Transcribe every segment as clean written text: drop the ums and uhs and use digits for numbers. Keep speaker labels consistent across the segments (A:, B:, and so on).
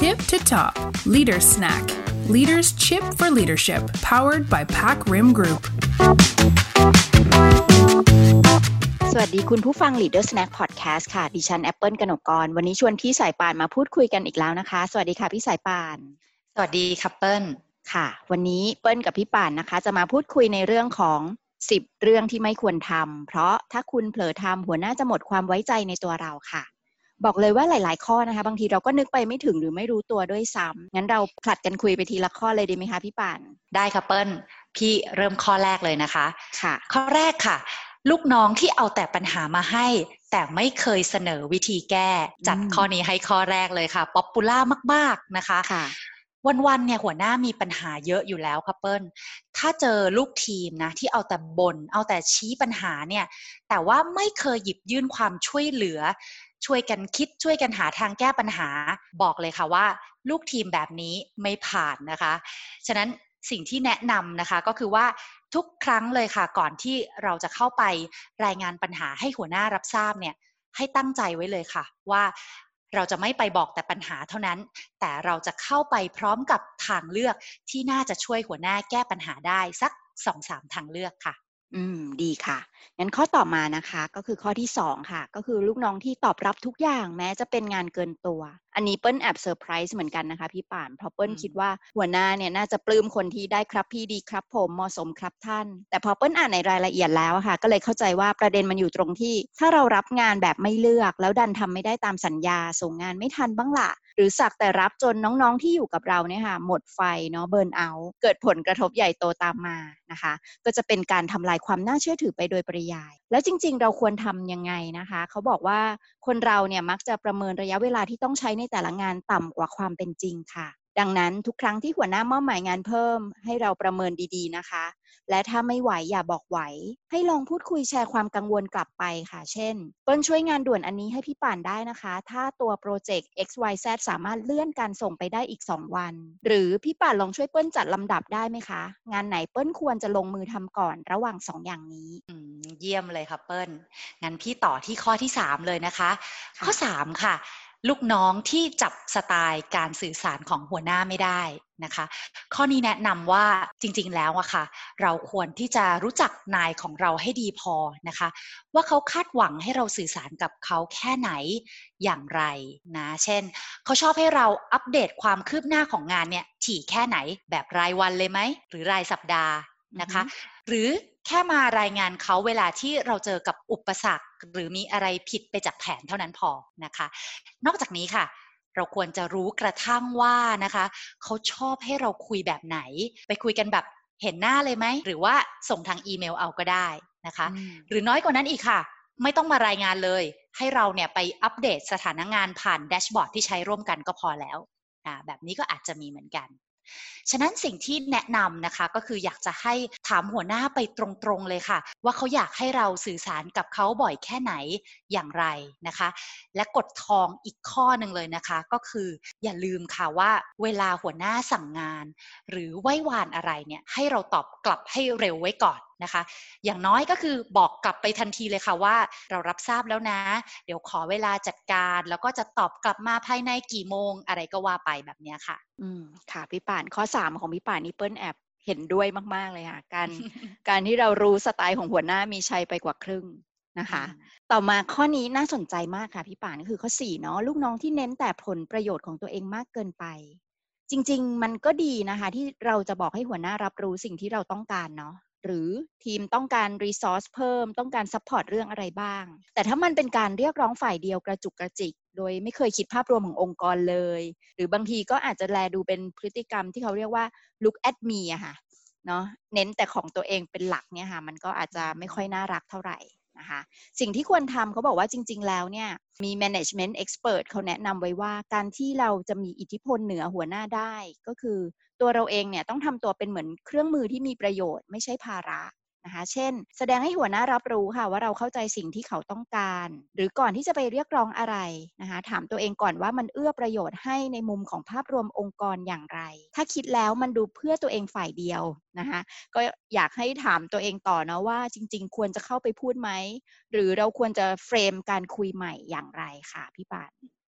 A: Tip to Top Leader Snack Leaders Chip for Leadership Powered by Pac Rim Group
B: สวัสดีคุณผู้ฟัง Leader Snack Podcast ค่ะดิฉันแอปเปิลกนกกรวันนี้ชวนพี่สายป่านมาพูดคุยกันอีกแล้วนะคะสวัสดีค่ะพี่สายป่าน
C: สวัสดีค่ะเปิ้ล
B: ค่ะวันนี้เปิ้ลกับพี่ป่านนะคะจะมาพูดคุยในเรื่องของ10เรื่องที่ไม่ควรทำเพราะถ้าคุณเผลอทำหัวหน้าจะหมดความไว้ใจในตัวเราค่ะบอกเลยว่าหลายๆข้อนะคะบางทีเราก็นึกไปไม่ถึงหรือไม่รู้ตัวด้วยซ้ำงั้นเราผลัดกันคุยไปทีละข้อเลยดีไหมคะพี่ป่าน
C: ได้ค่ะเปิ้ลพี่เริ่มข้อแรกเลยนะคะ
B: ค่ะ
C: ข้อแรกค่ะลูกน้องที่เอาแต่ปัญหามาให้แต่ไม่เคยเสนอวิธีแก้จัดข้อนี้ให้ข้อแรกเลยค่ะป๊อปปูล่ามากๆนะคะ
B: ค่ะ
C: วันๆเนี่ยหัวหน้ามีปัญหาเยอะอยู่แล้วค่ะเปิ้ลถ้าเจอลูกทีมนะที่เอาแต่บ่นเอาแต่ชี้ปัญหาเนี่ยแต่ว่าไม่เคยหยิบยื่นความช่วยเหลือช่วยกันคิดช่วยกันหาทางแก้ปัญหาบอกเลยค่ะว่าลูกทีมแบบนี้ไม่ผ่านนะคะฉะนั้นสิ่งที่แนะนำนะคะก็คือว่าทุกครั้งเลยค่ะก่อนที่เราจะเข้าไปรายงานปัญหาให้หัวหน้ารับทราบเนี่ยให้ตั้งใจไว้เลยค่ะว่าเราจะไม่ไปบอกแต่ปัญหาเท่านั้นแต่เราจะเข้าไปพร้อมกับทางเลือกที่น่าจะช่วยหัวหน้าแก้ปัญหาได้สัก 2-3 ทางเลือกค่ะ
B: ดีค่ะงั้นข้อต่อมานะคะก็คือข้อที่2ค่ะก็คือลูกน้องที่ตอบรับทุกอย่างแม้จะเป็นงานเกินตัวอันนี้เปิ้ลแอบเซอร์ไพรส์เหมือนกันนะคะพี่ป่านเพราะเปิ้ลคิดว่าหัวหน้าเนี่ยน่าจะปลื้มคนที่ได้ครับพี่ดีครับผมเหมาะสมครับท่านแต่พอเปิ้ลอ่านในรายละเอียดแล้วค่ะก็เลยเข้าใจว่าประเด็นมันอยู่ตรงที่ถ้าเรารับงานแบบไม่เลือกแล้วดันทำไม่ได้ตามสัญญาส่งงานไม่ทันบ้างล่ะหรือสักแต่รับจนน้องๆที่อยู่กับเราเนี่ยค่ะหมดไฟเนาะเบิร์นเอาท์เกิดผลกระทบใหญ่โตตามมานะคะก็จะเป็นการทำลายความน่าเชื่อถือไปโดยปริยายแล้วจริงๆเราควรทำยังไงนะคะเขาบอกว่าคนเราเนี่ยมักจะประเมินระยะเวลาที่ต้องใช้ในแต่ละงานต่ำกว่าความเป็นจริงค่ะดังนั้นทุกครั้งที่หัวหน้ามอบหมายงานเพิ่มให้เราประเมินดีๆนะคะและถ้าไม่ไหวอย่าบอกไหวให้ลองพูดคุยแชร์ความกังวลกลับไปค่ะเช่นเปิ้ลช่วยงานด่วนอันนี้ให้พี่ป่านได้นะคะถ้าตัวโปรเจกต์ XYZ สามารถเลื่อนการส่งไปได้อีก2วันหรือพี่ป่านลองช่วยเปิ้ลจัดลำดับได้ไหมคะงานไหนเปิ้ลควรจะลงมือทำก่อนระหว่าง2อย่างนี้
C: เยี่ยมเลยค่ะเปิ้ลงั้นพี่ต่อที่ข้อที่3เลยนะคะข้อ3ค่ะลูกน้องที่จับสไตล์การสื่อสารของหัวหน้าไม่ได้นะคะข้อนี้แนะนำว่าจริงๆแล้วอะค่ะเราควรที่จะรู้จักนายของเราให้ดีพอนะคะว่าเขาคาดหวังให้เราสื่อสารกับเขาแค่ไหนอย่างไรนะเช่นเขาชอบให้เราอัปเดตความคืบหน้าของงานเนี่ยถี่แค่ไหนแบบรายวันเลยไหมหรือรายสัปดาห์นะคะหรือแค่มารายงานเขาเวลาที่เราเจอกับอุปสรรคหรือมีอะไรผิดไปจากแผนเท่านั้นพอนะคะนอกจากนี้ค่ะเราควรจะรู้กระทั่งว่านะคะเขาชอบให้เราคุยแบบไหนไปคุยกันแบบเห็นหน้าเลยไหมหรือว่าส่งทางอีเมลเอาก็ได้นะคะหรือน้อยกว่านั้นอีกค่ะไม่ต้องมารายงานเลยให้เราเนี่ยไปอัปเดตสถานะงานผ่านแดชบอร์ดที่ใช้ร่วมกันก็พอแล้วแบบนี้ก็อาจจะมีเหมือนกันฉะนั้นสิ่งที่แนะนำนะคะก็คืออยากจะให้ถามหัวหน้าไปตรงๆเลยค่ะว่าเขาอยากให้เราสื่อสารกับเขาบ่อยแค่ไหนอย่างไรนะคะและกฎทองอีกข้อหนึ่งเลยนะคะก็คืออย่าลืมค่ะว่าเวลาหัวหน้าสั่งงานหรือไหว้วานอะไรเนี่ยให้เราตอบกลับให้เร็วไว้ก่อนนะคะอย่างน้อยก็คือบอกกลับไปทันทีเลยค่ะว่าเรารับทราบแล้วนะเดี๋ยวขอเวลาจัดการแล้วก็จะตอบกลับมาภายในกี่โมงอะไรก็ว่าไปแบบนี้ค่ะ
B: ค่ะพี่ป่านข้อ3ของพี่ป่านนี่เปิ้ลแอบเห็นด้วยมากๆเลยค่ะการที่เรารู้สไตล์ของหัวหน้ามีชัยไปกว่าครึ่งนะคะต่อมาข้อนี้น่าสนใจมากค่ะพี่ป่านก็คือข้อ4เนาะลูกน้องที่เน้นแต่ผลประโยชน์ของตัวเองมากเกินไปจริงๆมันก็ดีนะคะที่เราจะบอกให้หัวหน้ารับรู้สิ่งที่เราต้องการเนาะหรือทีมต้องการ resource เพิ่มต้องการ support เรื่องอะไรบ้างแต่ถ้ามันเป็นการเรียกร้องฝ่ายเดียวกระจุกกระจิกโดยไม่เคยคิดภาพรวมขององค์กรเลยหรือบางทีก็อาจจะแลดูเป็นพฤติกรรมที่เขาเรียกว่า look at me อะค่ะเนาะเน้นแต่ของตัวเองเป็นหลักเนี่ยค่ะมันก็อาจจะไม่ค่อยน่ารักเท่าไหร่นะคะสิ่งที่ควรทำเขาบอกว่าจริงๆแล้วเนี่ยมี management expert เขาแนะนำไว้ว่าการที่เราจะมีอิทธิพลเหนือหัวหน้าได้ก็คือตัวเราเองเนี่ยต้องทำตัวเป็นเหมือนเครื่องมือที่มีประโยชน์ไม่ใช่ภาระนะคะเช่นแสดงให้หัวหน้ารับรู้ค่ะว่าเราเข้าใจสิ่งที่เขาต้องการหรือก่อนที่จะไปเรียกร้องอะไรนะคะถามตัวเองก่อนว่ามันเอื้อประโยชน์ให้ในมุมของภาพรวมองค์กรอย่างไรถ้าคิดแล้วมันดูเพื่อตัวเองฝ่ายเดียวนะคะก็อยากให้ถามตัวเองต่อนะว่าจริงๆควรจะเข้าไปพูดไหมหรือเราควรจะเฟรมการคุยใหม่อย่างไรค่ะพี่ปาน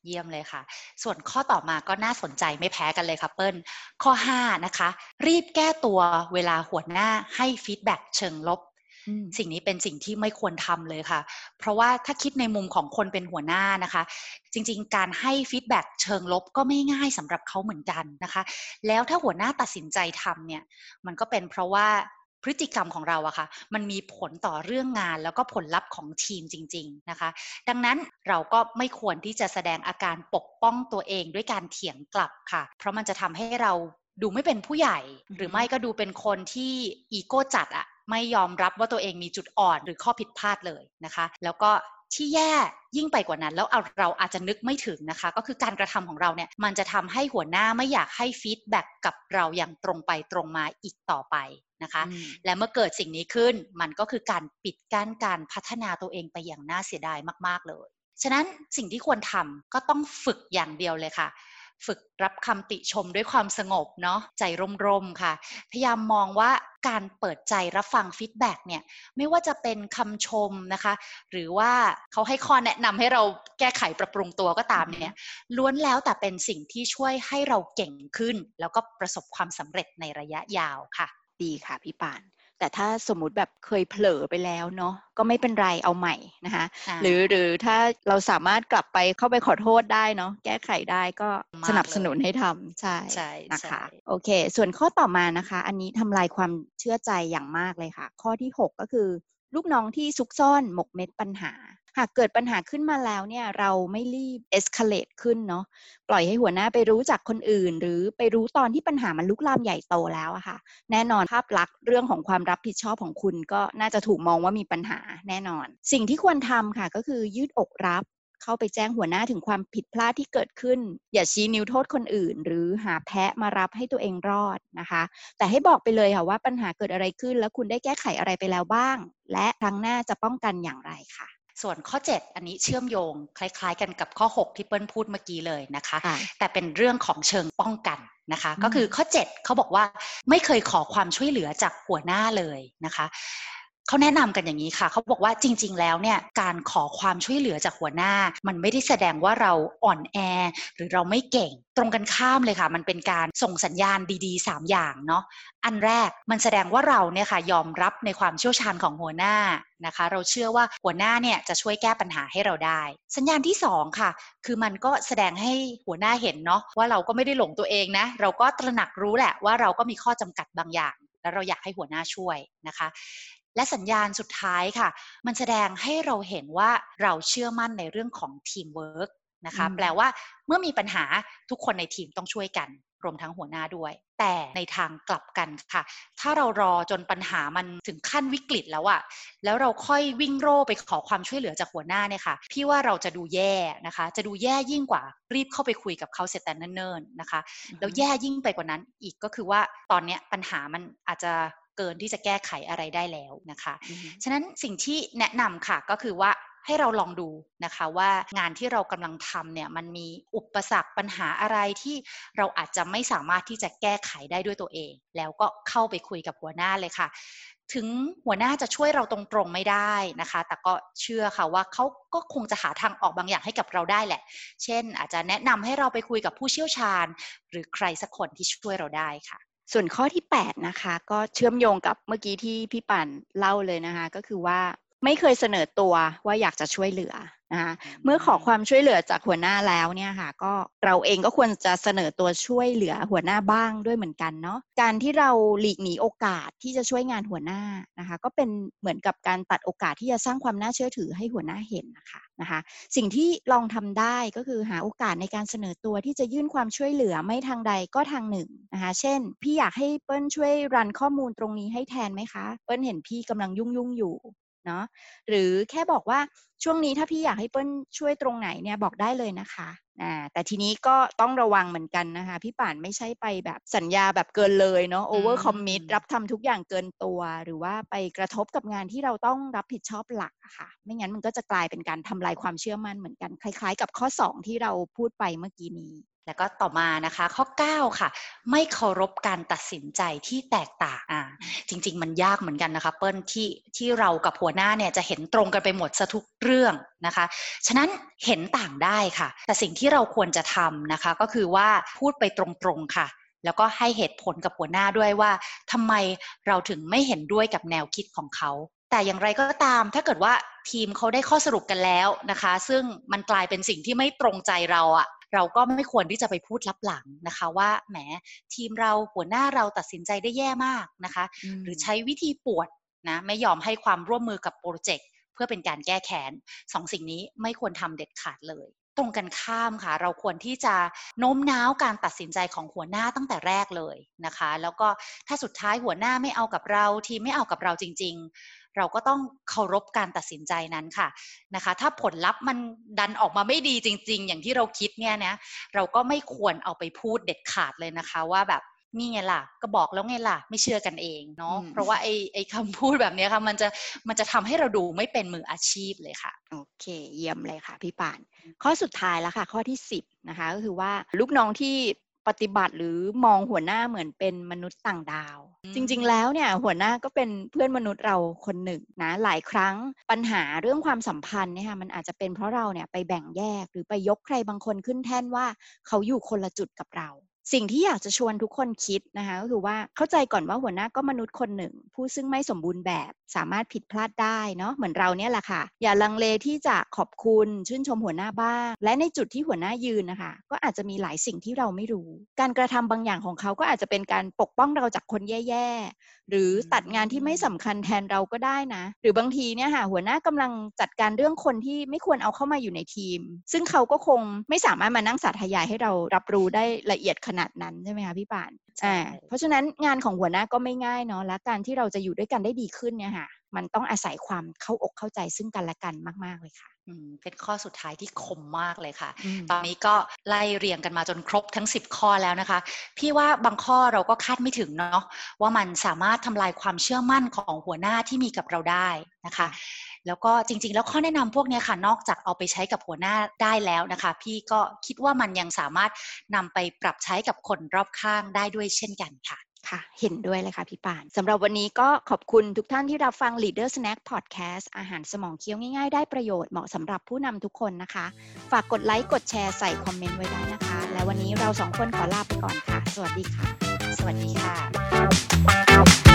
C: เยี่ยมเลยค่ะส่วนข้อต่อมาก็น่าสนใจไม่แพ้กันเลยค่ะเปิ้ลข้อ5นะคะรีบแก้ตัวเวลาหัวหน้าให้ฟีดแบ็กเชิงลบสิ่งนี้เป็นสิ่งที่ไม่ควรทำเลยค่ะเพราะว่าถ้าคิดในมุมของคนเป็นหัวหน้านะคะจริงๆการให้ฟีดแบ็กเชิงลบก็ไม่ง่ายสำหรับเขาเหมือนกันนะคะแล้วถ้าหัวหน้าตัดสินใจทำเนี่ยมันก็เป็นเพราะว่าพฤติกรรมของเราอะค่ะมันมีผลต่อเรื่องงานแล้วก็ผลลัพธ์ของทีมจริงๆนะคะดังนั้นเราก็ไม่ควรที่จะแสดงอาการปกป้องตัวเองด้วยการเถียงกลับค่ะเพราะมันจะทำให้เราดูไม่เป็นผู้ใหญ่หรือไม่ก็ดูเป็นคนที่อีโก้จัดอะไม่ยอมรับว่าตัวเองมีจุดอ่อนหรือข้อผิดพลาดเลยนะคะแล้วก็ที่แย่ยิ่งไปกว่านั้นแล้วเราอาจจะนึกไม่ถึงนะคะก็คือการกระทำของเราเนี่ยมันจะทำให้หัวหน้าไม่อยากให้ฟีดแบ็กกับเราอย่างตรงไปตรงมาอีกต่อไปนะคะและเมื่อเกิดสิ่งนี้ขึ้นมันก็คือการปิดกั้นการพัฒนาตัวเองไปอย่างน่าเสียดายมากๆเลยฉะนั้นสิ่งที่ควรทำก็ต้องฝึกอย่างเดียวเลยค่ะฝึกรับคำติชมด้วยความสงบเนาะใจร่มๆค่ะพยายามมองว่าการเปิดใจรับฟังฟีดแบ็กเนี่ยไม่ว่าจะเป็นคำชมนะคะหรือว่าเขาให้ข้อแนะนำให้เราแก้ไขปรับปรุงตัวก็ตามเนี่ยล้วนแล้วแต่เป็นสิ่งที่ช่วยให้เราเก่งขึ้นแล้วก็ประสบความสำเร็จในระยะยาวค่ะ
B: ดีค่ะพี่ปานแต่ถ้าสมมุติแบบเคยเผลอไปแล้วเนาะก็ไม่เป็นไรเอาใหม่นะคะหรือถ้าเราสามารถกลับไปเข้าไปขอโทษได้เนาะแก้ไขได้ก็สนับสนุนให้ทำใช่นะคะโอเคส่วนข้อต่อมานะคะอันนี้ทำลายความเชื่อใจอย่างมากเลยค่ะข้อที่6ก็คือลูกน้องที่ซุกซ่อนหมกเม็ดปัญหาหากเกิดปัญหาขึ้นมาแล้วเนี่ยเราไม่รีบ escalate ขึ้นเนาะปล่อยให้หัวหน้าไปรู้จักคนอื่นหรือไปรู้ตอนที่ปัญหามันลุกลามใหญ่โตแล้วอะค่ะแน่นอนภาพลักษณ์เรื่องของความรับผิดชอบของคุณก็น่าจะถูกมองว่ามีปัญหาแน่นอนสิ่งที่ควรทำค่ะก็คือยืดอกรับเข้าไปแจ้งหัวหน้าถึงความผิดพลาดที่เกิดขึ้นอย่าชี้นิ้วโทษคนอื่นหรือหาแพะมารับให้ตัวเองรอดนะคะแต่ให้บอกไปเลยค่ะว่าปัญหาเกิดอะไรขึ้นแล้วคุณได้แก้ไขอะไรไปแล้วบ้างและครั้งหน้าจะป้องกันอย่างไรค่ะ
C: ส่วนข้อ7อันนี้เชื่อมโยงคล้ายๆกันกับข้อ6ที่เปิ้ลพูดเมื่อกี้เลยนะคะแต่เป็นเรื่องของเชิงป้องกันนะคะก็คือข้อ7เขาบอกว่าไม่เคยขอความช่วยเหลือจากหัวหน้าเลยนะคะเขาแนะนำกันอย่างนี้ค่ะเขาบอกว่าจริงๆแล้วเนี่ยการขอความช่วยเหลือจากหัวหน้ามันไม่ได้แสดงว่าเราอ่อนแอหรือเราไม่เก่งตรงกันข้ามเลยค่ะมันเป็นการส่งสัญญาณดีๆ3อย่างเนาะอันแรกมันแสดงว่าเราเนี่ยค่ะยอมรับในความเชี่ยวชาญของหัวหน้านะคะเราเชื่อว่าหัวหน้าเนี่ยจะช่วยแก้ปัญหาให้เราได้สัญญาณที่2ค่ะคือมันก็แสดงให้หัวหน้าเห็นเนาะว่าเราก็ไม่ได้หลงตัวเองนะเราก็ตระหนักรู้แหละว่าเราก็มีข้อจำกัดบางอย่างแล้วเราอยากให้หัวหน้าช่วยนะคะและสัญญาณสุดท้ายค่ะมันแสดงให้เราเห็นว่าเราเชื่อมั่นในเรื่องของทีมเวิร์กนะคะแปลว่าเมื่อมีปัญหาทุกคนในทีมต้องช่วยกันรวมทั้งหัวหน้าด้วยแต่ในทางกลับกันค่ะถ้าเรารอจนปัญหามันถึงขั้นวิกฤตแล้วอะแล้วเราค่อยวิ่งโร่ไปขอความช่วยเหลือจากหัวหน้าเนี่ยค่ะพี่ว่าเราจะดูแย่นะคะจะดูแย่ยิ่งกว่ารีบเข้าไปคุยกับเขาเสร็จแต่เนิ่นๆนะคะแล้วแย่ยิ่งไปกว่านั้นอีกก็คือว่าตอนนี้ปัญหามันอาจจะเกินที่จะแก้ไขอะไรได้แล้วนะคะฉะนั้นสิ่งที่แนะนำค่ะก็คือว่าให้เราลองดูนะคะว่างานที่เรากำลังทำเนี่ยมันมีอุปสรรคปัญหาอะไรที่เราอาจจะไม่สามารถที่จะแก้ไขได้ด้วยตัวเองแล้วก็เข้าไปคุยกับหัวหน้าเลยค่ะถึงหัวหน้าจะช่วยเราตรงๆไม่ได้นะคะแต่ก็เชื่อค่ะว่าเขาก็คงจะหาทางออกบางอย่างให้กับเราได้แหละเช่นอาจจะแนะนำให้เราไปคุยกับผู้เชี่ยวชาญหรือใครสักคนที่ช่วยเราได้ค่ะ
B: ส่วนข้อที่8นะคะก็เชื่อมโยงกับเมื่อกี้ที่พี่ป่านเล่าเลยนะคะก็คือว่าไม่เคยเสนอตัวว่าอยากจะช่วยเหลือนะคะเมื่อขอความช่วยเหลือจากหัวหน้าแล้วเนี่ยค่ะก็เราเองก็ควรจะเสนอตัวช่วยเหลือหัวหน้าบ้างด้วยเหมือนกันเนาะการที่เราหลีกหนีโอกาสที่จะช่วยงานหัวหน้านะคะก็เป็นเหมือนกับการตัดโอกาสที่จะสร้างความน่าเชื่อถือให้หัวหน้าเห็นนะคะสิ่งที่ลองทำได้ก็คือหาโอกาสในการเสนอตัวที่จะยื่นความช่วยเหลือไม่ทางใดก็ทางหนึ่งนะคะเช่นพี่อยากให้เปิ้ลช่วยรันข้อมูลตรงนี้ให้แทนไหมคะเปิ้ลเห็นพี่กำลังยุ่งอยู่เนาะหรือแค่บอกว่าช่วงนี้ถ้าพี่อยากให้เปิ้ลช่วยตรงไหนเนี่ยบอกได้เลยนะคะแต่ทีนี้ก็ต้องระวังเหมือนกันนะคะพี่ป่านไม่ใช่ไปแบบสัญญาแบบเกินเลยเนาะ over commit รับทำทุกอย่างเกินตัวหรือว่าไปกระทบกับงานที่เราต้องรับผิดชอบหลักอะค่ะไม่งั้นมันก็จะกลายเป็นการทำลายความเชื่อมั่นเหมือนกันคล้ายๆกับข้อ2ที่เราพูดไปเมื่อกี้นี้
C: แล้วก็ต่อมานะคะข้อ9ค่ะไม่เคารพการตัดสินใจที่แตกต่างจริงๆมันยากเหมือนกันนะคะเปิ้ลที่เรากับหัวหน้าเนี่ยจะเห็นตรงกันไปหมดซะทุกเรื่องนะคะฉะนั้นเห็นต่างได้ค่ะแต่สิ่งที่เราควรจะทำนะคะก็คือว่าพูดไปตรงๆค่ะแล้วก็ให้เหตุผลกับหัวหน้าด้วยว่าทำไมเราถึงไม่เห็นด้วยกับแนวคิดของเขาแต่อย่างไรก็ตามถ้าเกิดว่าทีมเขาได้ข้อสรุปกันแล้วนะคะซึ่งมันกลายเป็นสิ่งที่ไม่ตรงใจเราก็ไม่ควรที่จะไปพูดลับหลังนะคะว่าแหมทีมเราหัวหน้าเราตัดสินใจได้แย่มากนะคะหรือใช้วิธีป่วนนะไม่ยอมให้ความร่วมมือกับโปรเจกต์เพื่อเป็นการแก้แค้น2 สิ่งนี้ไม่ควรทำเด็ดขาดเลยตรงกันข้ามค่ะเราควรที่จะโน้มน้าวการตัดสินใจของหัวหน้าตั้งแต่แรกเลยนะคะแล้วก็ถ้าสุดท้ายหัวหน้าไม่เอากับเราทีมไม่เอากับเราจริงๆเราก็ต้องเคารพการตัดสินใจนั้นค่ะนะคะถ้าผลลัพธ์มันดันออกมาไม่ดีจริงๆอย่างที่เราคิดเนี่ยนะเราก็ไม่ควรเอาไปพูดเด็ดขาดเลยนะคะว่าแบบนี่ไงล่ะก็บอกแล้วไงล่ะไม่เชื่อกันเองเนาะเพราะว่าไอ้คำพูดแบบนี้ค่ะมันจะทำให้เราดูไม่เป็นมืออาชีพเลยค่ะ
B: โอเคเยี่ยมเลยค่ะพี่ป่านข้อสุดท้ายแล้วค่ะข้อที่10นะคะก็คือว่าลูกน้องที่ปฏิบัติหรือมองหัวหน้าเหมือนเป็นมนุษย์ต่างดาวจริงๆแล้วเนี่ยหัวหน้าก็เป็นเพื่อนมนุษย์เราคนหนึ่งนะหลายครั้งปัญหาเรื่องความสัมพันธ์เนี่ยค่ะมันอาจจะเป็นเพราะเราเนี่ยไปแบ่งแยกหรือไปยกใครบางคนขึ้นแท่นว่าเขาอยู่คนละจุดกับเราสิ่งที่อยากจะชวนทุกคนคิดนะคะก็คือว่าเข้าใจก่อนว่าหัวหน้าก็มนุษย์คนหนึ่งผู้ซึ่งไม่สมบูรณ์แบบสามารถผิดพลาดได้เนาะเหมือนเราเนี่ยแหละค่ะอย่าลังเลที่จะขอบคุณชื่นชมหัวหน้าบ้างและในจุดที่หัวหน้ายืนนะคะก็อาจจะมีหลายสิ่งที่เราไม่รู้การกระทำบางอย่างของเขาก็อาจจะเป็นการปกป้องเราจากคนแย่ๆหรือตัดงานที่ไม่สำคัญแทนเราก็ได้นะหรือบางทีเนี่ยค่ะหัวหน้ากำลังจัดการเรื่องคนที่ไม่ควรเอาเข้ามาอยู่ในทีมซึ่งเขาก็คงไม่สามารถมานั่งสาธยายให้เรารับรู้ได้ละเอียดขนาดนั้นใช่ไหมคะพี่ป่านเพราะฉะนั้นงานของหัวหน้าก็ไม่ง่ายเนาะและการที่เราจะอยู่ด้วยกันได้ดีขึ้นเนี่ยค่ะมันต้องอาศัยความเข้าอกเข้าใจซึ่งกันและกันมากๆเลยค่ะ
C: เป็นข้อสุดท้ายที่คมมากเลยค่ะตอนนี้ก็ไล่เรียงกันมาจนครบทั้ง10ข้อแล้วนะคะพี่ว่าบางข้อเราก็คาดไม่ถึงเนาะว่ามันสามารถทำลายความเชื่อมั่นของหัวหน้าที่มีกับเราได้นะคะแล้วก็จริงๆแล้วข้อแนะนำพวกนี้ค่ะนอกจากเอาไปใช้กับหัวหน้าได้แล้วนะคะพี่ก็คิดว่ามันยังสามารถนำไปปรับใช้กับคนรอบข้างได้ด้วยเช่นกันค่ะ
B: ค่ะเห็นด้วยเลยค่ะพี่ป่านสำหรับวันนี้ก็ขอบคุณทุกท่านที่รับฟัง Leader Snack Podcast อาหารสมองเคี้ยวง่ายๆได้ประโยชน์เหมาะสำหรับผู้นำทุกคนนะคะฝากกดไลค์กดแชร์ใส่คอมเมนต์ไว้ได้นะคะและวันนี้เรา2 คนขอลาไปก่อนค่ะสวัสดีค่ะ
C: สวัสดีค่ะ